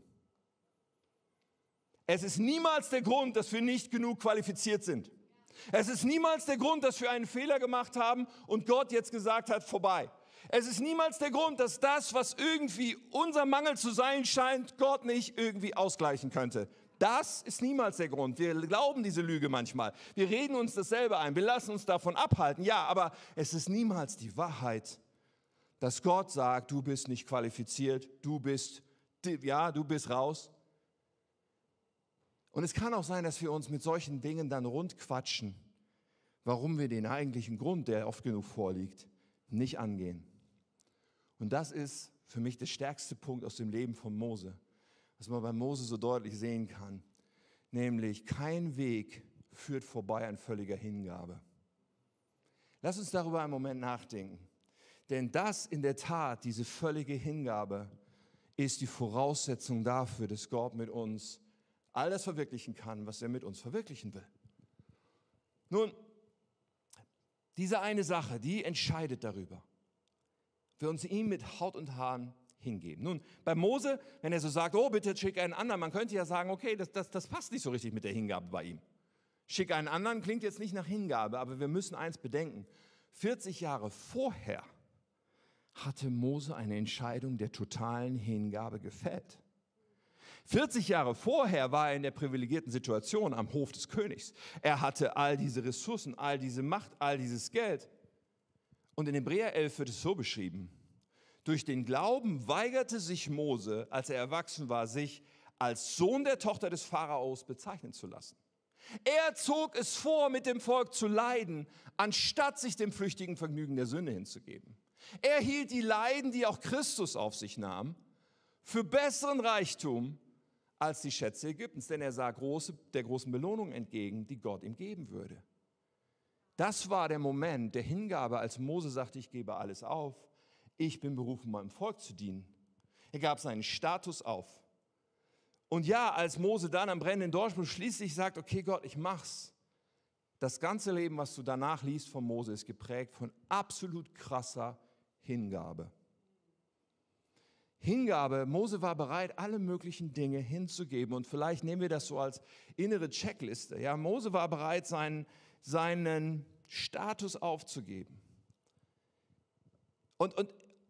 Es ist niemals der Grund, dass wir nicht genug qualifiziert sind. Es ist niemals der Grund, dass wir einen Fehler gemacht haben und Gott jetzt gesagt hat, vorbei. Es ist niemals der Grund, dass das, was irgendwie unser Mangel zu sein scheint, Gott nicht irgendwie ausgleichen könnte. Das ist niemals der Grund. Wir glauben diese Lüge manchmal. Wir reden uns dasselbe ein. Wir lassen uns davon abhalten. Ja, aber es ist niemals die Wahrheit, dass Gott sagt, du bist nicht qualifiziert, du bist raus. Und es kann auch sein, dass wir uns mit solchen Dingen dann rundquatschen, warum wir den eigentlichen Grund, der oft genug vorliegt, nicht angehen. Und das ist für mich der stärkste Punkt aus dem Leben von Mose, was man bei Mose so deutlich sehen kann, nämlich kein Weg führt vorbei an völliger Hingabe. Lass uns darüber einen Moment nachdenken, denn das in der Tat, diese völlige Hingabe, ist die Voraussetzung dafür, dass Gott mit uns all das verwirklichen kann, was er mit uns verwirklichen will. Nun, diese eine Sache, die entscheidet darüber, ob wir uns ihm mit Haut und Haaren hingeben. Nun, bei Mose, wenn er so sagt, oh, bitte schick einen anderen, man könnte ja sagen, okay, das passt nicht so richtig mit der Hingabe bei ihm. Schick einen anderen klingt jetzt nicht nach Hingabe, aber wir müssen eins bedenken. 40 Jahre vorher hatte Mose eine Entscheidung der totalen Hingabe gefällt. 40 Jahre vorher war er in der privilegierten Situation am Hof des Königs. Er hatte all diese Ressourcen, all diese Macht, all dieses Geld. Und in Hebräer 11 wird es so beschrieben: Durch den Glauben weigerte sich Mose, als er erwachsen war, sich als Sohn der Tochter des Pharaos bezeichnen zu lassen. Er zog es vor, mit dem Volk zu leiden, anstatt sich dem flüchtigen Vergnügen der Sünde hinzugeben. Er hielt die Leiden, die auch Christus auf sich nahm, für besseren Reichtum als die Schätze Ägyptens, denn er sah der großen Belohnung entgegen, die Gott ihm geben würde. Das war der Moment der Hingabe, als Mose sagte, ich gebe alles auf, ich bin berufen, meinem Volk zu dienen. Er gab seinen Status auf. Und ja, als Mose dann am brennenden Dornbusch schließlich sagt, okay Gott, ich mach's. Das ganze Leben, was du danach liest von Mose, ist geprägt von absolut krasser Hingabe. Hingabe, Mose war bereit, alle möglichen Dinge hinzugeben. Und vielleicht nehmen wir das so als innere Checkliste. Ja, Mose war bereit, seinen Status aufzugeben. Und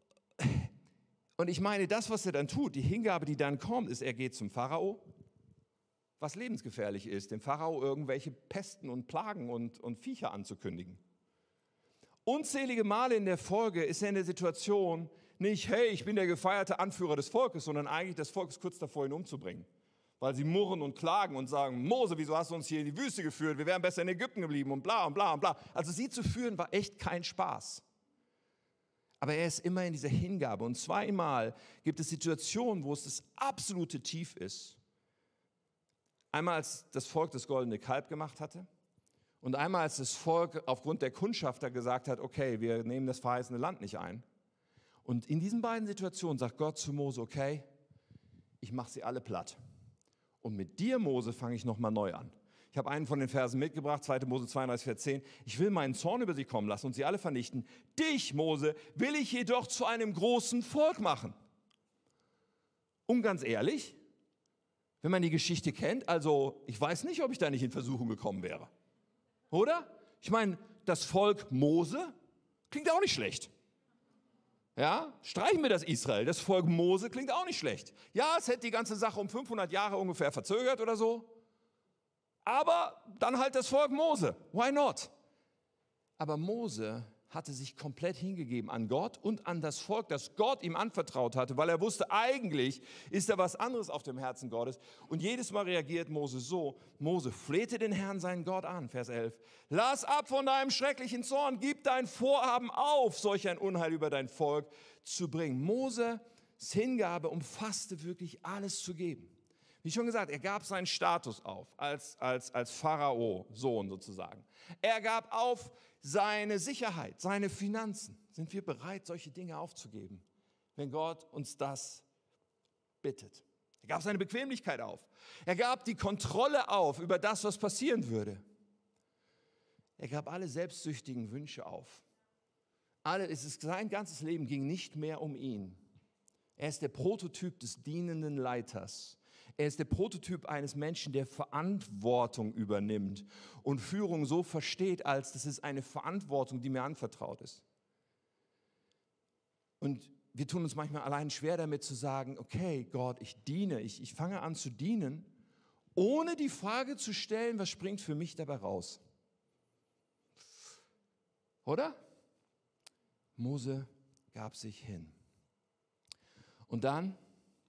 ich meine, das, was er dann tut, die Hingabe, die dann kommt, ist, er geht zum Pharao, was lebensgefährlich ist, dem Pharao irgendwelche Pesten und Plagen und Viecher anzukündigen. Unzählige Male in der Folge ist er in der Situation, nicht, hey, ich bin der gefeierte Anführer des Volkes, sondern eigentlich das Volk ist kurz davor, ihn umzubringen. Weil sie murren und klagen und sagen, Mose, wieso hast du uns hier in die Wüste geführt? Wir wären besser in Ägypten geblieben und bla und bla und bla. Also sie zu führen war echt kein Spaß. Aber er ist immer in dieser Hingabe. Und zweimal gibt es Situationen, wo es das absolute Tief ist. Einmal, als das Volk das goldene Kalb gemacht hatte. Und einmal, als das Volk aufgrund der Kundschafter gesagt hat, okay, wir nehmen das verheißene Land nicht ein. Und in diesen beiden Situationen sagt Gott zu Mose, okay, ich mache sie alle platt. Und mit dir, Mose, fange ich nochmal neu an. Ich habe einen von den Versen mitgebracht, 2. Mose 32, Vers 10. Ich will meinen Zorn über sie kommen lassen und sie alle vernichten. Dich, Mose, will ich jedoch zu einem großen Volk machen. Und ganz ehrlich, wenn man die Geschichte kennt, also ich weiß nicht, ob ich da nicht in Versuchung gekommen wäre. Oder? Ich meine, das Volk Mose klingt auch nicht schlecht. Ja, streichen wir das Israel. Das Volk Mose klingt auch nicht schlecht. Ja, es hätte die ganze Sache um 500 Jahre ungefähr verzögert oder so. Aber dann halt das Volk Mose. Why not? Aber Mose hatte sich komplett hingegeben an Gott und an das Volk, das Gott ihm anvertraut hatte, weil er wusste, eigentlich ist da was anderes auf dem Herzen Gottes. Und jedes Mal reagiert Mose so. Mose flehte den Herrn, seinen Gott, an, Vers 11. Lass ab von deinem schrecklichen Zorn, gib dein Vorhaben auf, solch ein Unheil über dein Volk zu bringen. Moses Hingabe umfasste wirklich alles zu geben. Wie schon gesagt, er gab seinen Status auf, als Pharao-Sohn sozusagen. Er gab auf seine Sicherheit, seine Finanzen. Sind wir bereit, solche Dinge aufzugeben, wenn Gott uns das bittet? Er gab seine Bequemlichkeit auf. Er gab die Kontrolle auf über das, was passieren würde. Er gab alle selbstsüchtigen Wünsche auf. Sein ganzes Leben ging nicht mehr um ihn. Er ist der Prototyp des dienenden Leiters. Er ist der Prototyp eines Menschen, der Verantwortung übernimmt und Führung so versteht, als das ist eine Verantwortung, die mir anvertraut ist. Und wir tun uns manchmal allein schwer damit zu sagen, okay, Gott, ich diene, ich fange an zu dienen, ohne die Frage zu stellen, was springt für mich dabei raus? Oder? Mose gab sich hin. Und dann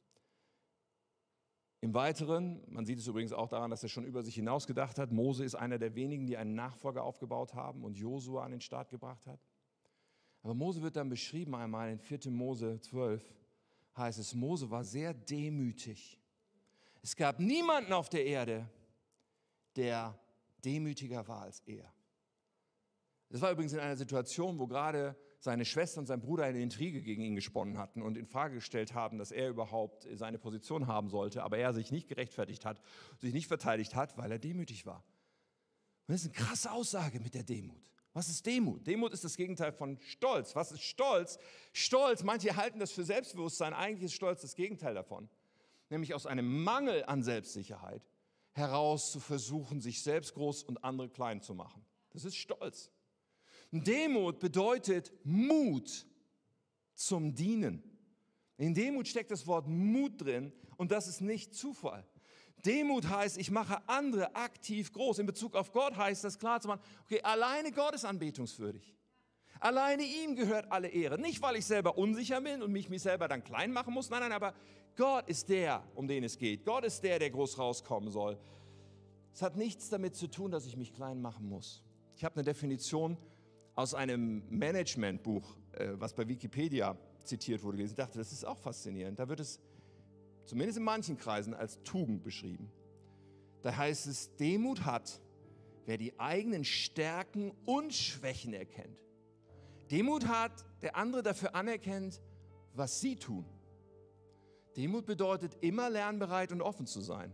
im Weiteren, man sieht es übrigens auch daran, dass er schon über sich hinaus gedacht hat, Mose ist einer der wenigen, die einen Nachfolger aufgebaut haben und Josua an den Start gebracht hat. Aber Mose wird dann beschrieben einmal in 4. Mose 12, heißt es, Mose war sehr demütig. Es gab niemanden auf der Erde, der demütiger war als er. Das war übrigens in einer Situation, wo gerade seine Schwester und sein Bruder eine Intrige gegen ihn gesponnen hatten und in Frage gestellt haben, dass er überhaupt seine Position haben sollte, aber er sich nicht gerechtfertigt hat, sich nicht verteidigt hat, weil er demütig war. Und das ist eine krasse Aussage mit der Demut. Was ist Demut? Demut ist das Gegenteil von Stolz. Was ist Stolz? Stolz, manche halten das für Selbstbewusstsein, eigentlich ist Stolz das Gegenteil davon. Nämlich aus einem Mangel an Selbstsicherheit heraus zu versuchen, sich selbst groß und andere klein zu machen. Das ist Stolz. Demut bedeutet Mut zum Dienen. In Demut steckt das Wort Mut drin und das ist nicht Zufall. Demut heißt, ich mache andere aktiv groß. In Bezug auf Gott heißt das klar zu machen, okay, alleine Gott ist anbetungswürdig. Alleine ihm gehört alle Ehre. Nicht, weil ich selber unsicher bin und mich selber dann klein machen muss. Nein, aber Gott ist der, um den es geht. Gott ist der, der groß rauskommen soll. Es hat nichts damit zu tun, dass ich mich klein machen muss. Ich habe eine Definition aus einem Managementbuch, was bei Wikipedia zitiert wurde, gelesen. Ich dachte, das ist auch faszinierend. Da wird es zumindest in manchen Kreisen als Tugend beschrieben. Da heißt es, Demut hat, wer die eigenen Stärken und Schwächen erkennt. Demut hat, der andere dafür anerkennt, was sie tun. Demut bedeutet, immer lernbereit und offen zu sein.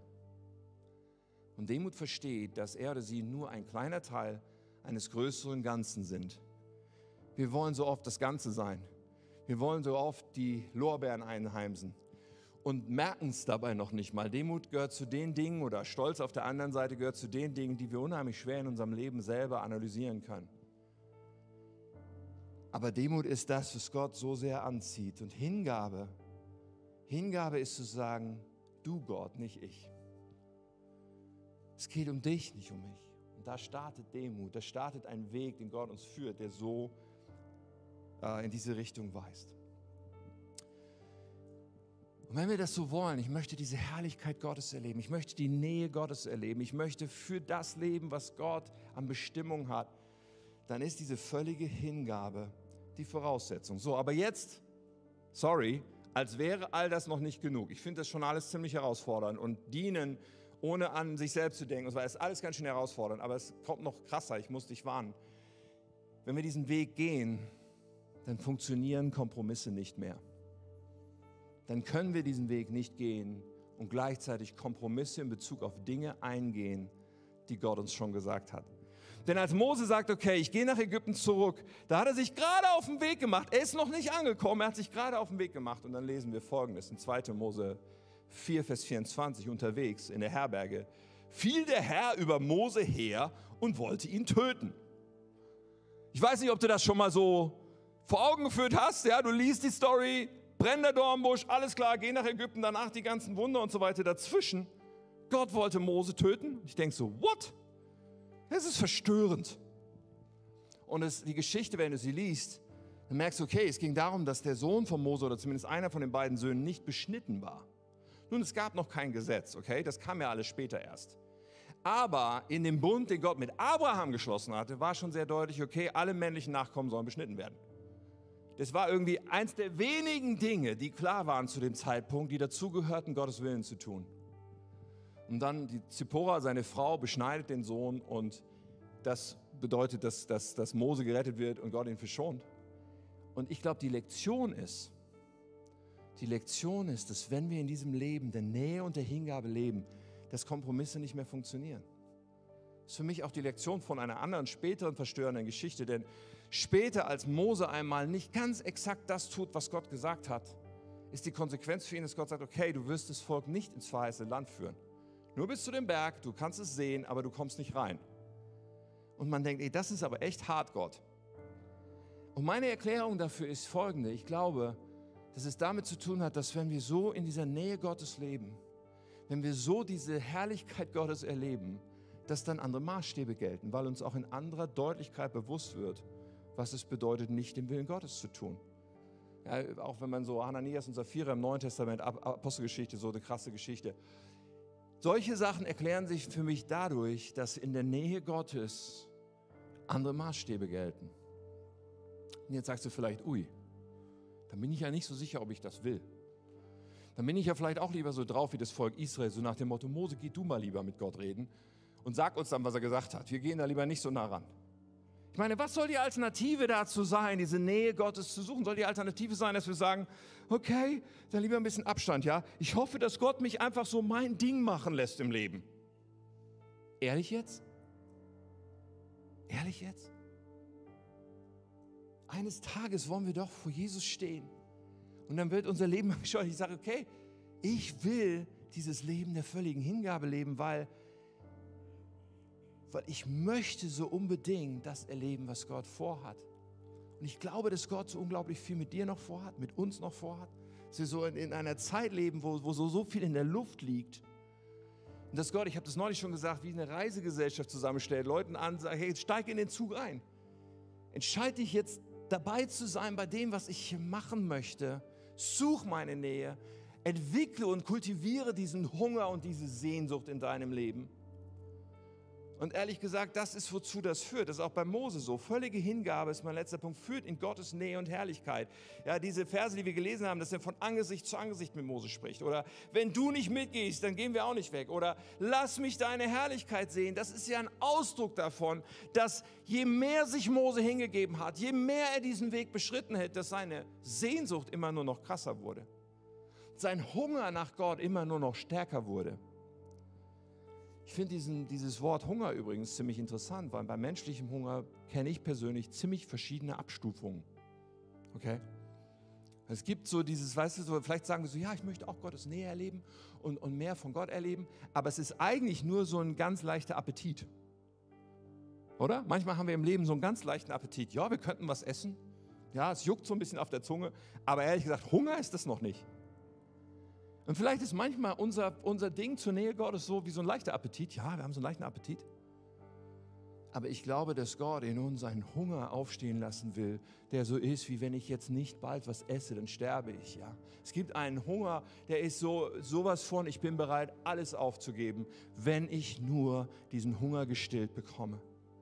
Und Demut versteht, dass er oder sie nur ein kleiner Teil eines größeren Ganzen sind. Wir wollen so oft das Ganze sein. Wir wollen so oft die Lorbeeren einheimsen und merken es dabei noch nicht mal. Demut gehört zu den Dingen oder Stolz auf der anderen Seite gehört zu den Dingen, die wir unheimlich schwer in unserem Leben selber analysieren können. Aber Demut ist das, was Gott so sehr anzieht. Und Hingabe ist zu sagen, du Gott, nicht ich. Es geht um dich, nicht um mich. Da startet Demut, da startet ein Weg, den Gott uns führt, der so in diese Richtung weist. Und wenn wir das so wollen, ich möchte diese Herrlichkeit Gottes erleben, ich möchte die Nähe Gottes erleben, ich möchte für das leben, was Gott an Bestimmung hat, dann ist diese völlige Hingabe die Voraussetzung. So, aber jetzt, als wäre all das noch nicht genug. Ich finde das schon alles ziemlich herausfordernd und dienen, ohne an sich selbst zu denken. Und zwar ist alles ganz schön herausfordernd, aber es kommt noch krasser, ich muss dich warnen. Wenn wir diesen Weg gehen, dann funktionieren Kompromisse nicht mehr. Dann können wir diesen Weg nicht gehen und gleichzeitig Kompromisse in Bezug auf Dinge eingehen, die Gott uns schon gesagt hat. Denn als Mose sagt, okay, ich gehe nach Ägypten zurück, da hat er sich gerade auf den Weg gemacht. Er ist noch nicht angekommen, er hat sich gerade auf den Weg gemacht. Und dann lesen wir Folgendes in 2. Mose 4, Vers 24, unterwegs in der Herberge. Fiel der Herr über Mose her und wollte ihn töten. Ich weiß nicht, ob du das schon mal so vor Augen geführt hast. Ja, du liest die Story, brennender Dornbusch, alles klar, geh nach Ägypten, danach die ganzen Wunder und so weiter dazwischen. Gott wollte Mose töten. Ich denke so, what? Das ist verstörend. Und die Geschichte, wenn du sie liest, dann merkst du, okay, es ging darum, dass der Sohn von Mose oder zumindest einer von den beiden Söhnen nicht beschnitten war. Nun, es gab noch kein Gesetz, okay? Das kam ja alles später erst. Aber in dem Bund, den Gott mit Abraham geschlossen hatte, war schon sehr deutlich, okay, alle männlichen Nachkommen sollen beschnitten werden. Das war irgendwie eins der wenigen Dinge, die klar waren zu dem Zeitpunkt, die dazugehörten, Gottes Willen zu tun. Und dann die Zippora, seine Frau, beschneidet den Sohn und das bedeutet, dass Mose gerettet wird und Gott ihn verschont. Und ich glaube, die Lektion ist, dass wenn wir in diesem Leben der Nähe und der Hingabe leben, dass Kompromisse nicht mehr funktionieren. Das ist für mich auch die Lektion von einer anderen, späteren verstörenden Geschichte, denn später, als Mose einmal nicht ganz exakt das tut, was Gott gesagt hat, ist die Konsequenz für ihn, dass Gott sagt, okay, du wirst das Volk nicht ins verheißene Land führen. Nur bis zu dem Berg, du kannst es sehen, aber du kommst nicht rein. Und man denkt, ey, das ist aber echt hart, Gott. Und meine Erklärung dafür ist folgende. Ich glaube, dass es damit zu tun hat, dass wenn wir so in dieser Nähe Gottes leben, wenn wir so diese Herrlichkeit Gottes erleben, dass dann andere Maßstäbe gelten, weil uns auch in anderer Deutlichkeit bewusst wird, was es bedeutet, nicht den Willen Gottes zu tun. Ja, auch wenn man so Hananias und Sapphira im Neuen Testament, Apostelgeschichte, so eine krasse Geschichte. Solche Sachen erklären sich für mich dadurch, dass in der Nähe Gottes andere Maßstäbe gelten. Und jetzt sagst du vielleicht, ui, dann bin ich ja nicht so sicher, ob ich das will. Dann bin ich ja vielleicht auch lieber so drauf wie das Volk Israel, so nach dem Motto, Mose, geh du mal lieber mit Gott reden und sag uns dann, was er gesagt hat. Wir gehen da lieber nicht so nah ran. Ich meine, was soll die Alternative dazu sein, diese Nähe Gottes zu suchen? Soll die Alternative sein, dass wir sagen, okay, dann lieber ein bisschen Abstand, ja? Ich hoffe, dass Gott mich einfach so mein Ding machen lässt im Leben. Ehrlich jetzt? Ehrlich jetzt? Eines Tages wollen wir doch vor Jesus stehen. Und dann wird unser Leben angeschaut. Ich sage, okay, ich will dieses Leben der völligen Hingabe leben, weil ich möchte so unbedingt das erleben, was Gott vorhat. Und ich glaube, dass Gott so unglaublich viel mit dir noch vorhat, mit uns noch vorhat. Dass wir so in einer Zeit leben, wo so viel in der Luft liegt. Und dass Gott, ich habe das neulich schon gesagt, wie eine Reisegesellschaft zusammenstellt, Leuten an, sagt, hey, steig in den Zug ein. Entscheide dich jetzt dabei zu sein bei dem, was ich hier machen möchte. Such meine Nähe, entwickle und kultiviere diesen Hunger und diese Sehnsucht in deinem Leben. Und ehrlich gesagt, das ist, wozu das führt. Das ist auch bei Mose so. Völlige Hingabe ist mein letzter Punkt, führt in Gottes Nähe und Herrlichkeit. Ja, diese Verse, die wir gelesen haben, dass er von Angesicht zu Angesicht mit Mose spricht. Oder wenn du nicht mitgehst, dann gehen wir auch nicht weg. Oder lass mich deine Herrlichkeit sehen. Das ist ja ein Ausdruck davon, dass je mehr sich Mose hingegeben hat, je mehr er diesen Weg beschritten hat, dass seine Sehnsucht immer nur noch krasser wurde. Sein Hunger nach Gott immer nur noch stärker wurde. Ich finde dieses Wort Hunger übrigens ziemlich interessant, weil bei menschlichem Hunger kenne ich persönlich ziemlich verschiedene Abstufungen. Okay? Es gibt so dieses, weißt du, so, vielleicht sagen wir so, ja, ich möchte auch Gottes Nähe erleben und mehr von Gott erleben, aber es ist eigentlich nur so ein ganz leichter Appetit. Oder? Manchmal haben wir im Leben so einen ganz leichten Appetit. Ja, wir könnten was essen. Ja, es juckt so ein bisschen auf der Zunge, aber ehrlich gesagt, Hunger ist das noch nicht. Und vielleicht ist manchmal unser Ding zur Nähe Gottes so wie so ein leichter Appetit. Ja, wir haben so einen leichten Appetit. Aber ich glaube, dass Gott in uns einen Hunger aufstehen lassen will, der so ist, wie wenn ich jetzt nicht bald was esse, dann sterbe ich. Ja? Es gibt einen Hunger, der ist sowas von, ich bin bereit, alles aufzugeben, wenn ich nur diesen Hunger gestillt bekomme.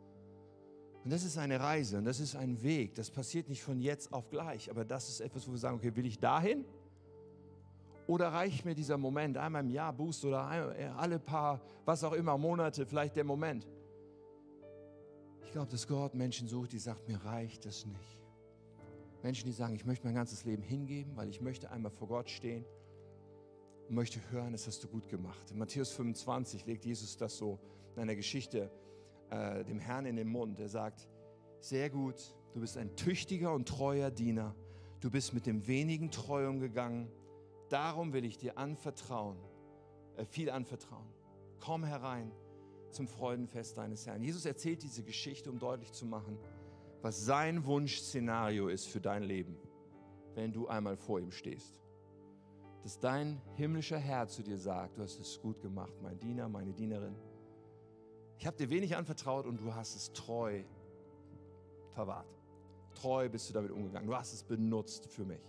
Und das ist eine Reise und das ist ein Weg. Das passiert nicht von jetzt auf gleich, aber das ist etwas, wo wir sagen, okay, will ich dahin? Oder reicht mir dieser Moment, einmal im Jahr Boost oder alle paar, was auch immer, Monate, vielleicht der Moment. Ich glaube, dass Gott Menschen sucht, die sagen, mir reicht das nicht. Menschen, die sagen, ich möchte mein ganzes Leben hingeben, weil ich möchte einmal vor Gott stehen und möchte hören, das hast du gut gemacht. In Matthäus 25 legt Jesus das so in einer Geschichte dem Herrn in den Mund. Er sagt, sehr gut, du bist ein tüchtiger und treuer Diener. Du bist mit dem wenigen treu umgegangen. Darum will ich dir viel anvertrauen. Komm herein zum Freudenfest deines Herrn. Jesus erzählt diese Geschichte, um deutlich zu machen, was sein Wunschszenario ist für dein Leben, wenn du einmal vor ihm stehst. Dass dein himmlischer Herr zu dir sagt, du hast es gut gemacht, mein Diener, meine Dienerin. Ich habe dir wenig anvertraut und du hast es treu verwahrt. Treu bist du damit umgegangen. Du hast es benutzt für mich.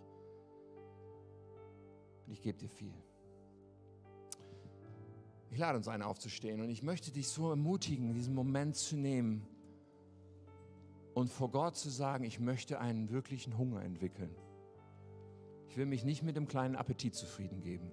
Und ich gebe dir viel. Ich lade uns ein, aufzustehen und ich möchte dich so ermutigen, diesen Moment zu nehmen und vor Gott zu sagen, ich möchte einen wirklichen Hunger entwickeln. Ich will mich nicht mit dem kleinen Appetit zufrieden geben.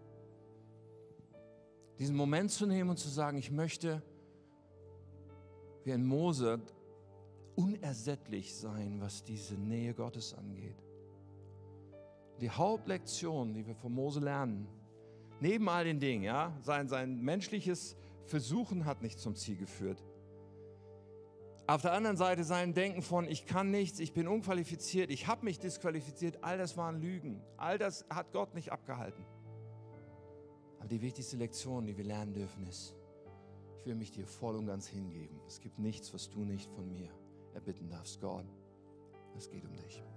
Diesen Moment zu nehmen und zu sagen, ich möchte wie ein Mose unersättlich sein, was diese Nähe Gottes angeht. Die Hauptlektion, die wir von Mose lernen, neben all den Dingen, ja, sein menschliches Versuchen hat nicht zum Ziel geführt. Auf der anderen Seite sein Denken von, ich kann nichts, ich bin unqualifiziert, ich habe mich disqualifiziert, all das waren Lügen. All das hat Gott nicht abgehalten. Aber die wichtigste Lektion, die wir lernen dürfen, ist, ich will mich dir voll und ganz hingeben. Es gibt nichts, was du nicht von mir erbitten darfst. Gott, es geht um dich.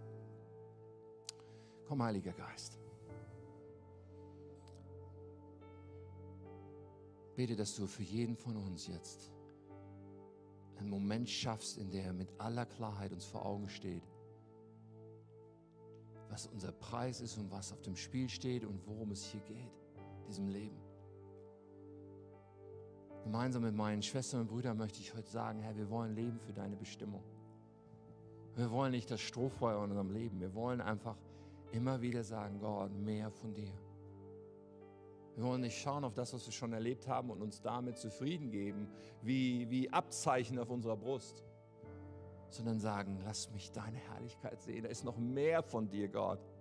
Komm, Heiliger Geist. Bete, dass du für jeden von uns jetzt einen Moment schaffst, in der mit aller Klarheit uns vor Augen steht, was unser Preis ist und was auf dem Spiel steht und worum es hier geht, in diesem Leben. Gemeinsam mit meinen Schwestern und Brüdern möchte ich heute sagen, Herr, wir wollen leben für deine Bestimmung. Wir wollen nicht das Strohfeuer in unserem Leben. Wir wollen einfach immer wieder sagen, Gott, mehr von dir. Wir wollen nicht schauen auf das, was wir schon erlebt haben und uns damit zufrieden geben, wie Abzeichen auf unserer Brust, sondern sagen, lass mich deine Herrlichkeit sehen. Da ist noch mehr von dir, Gott.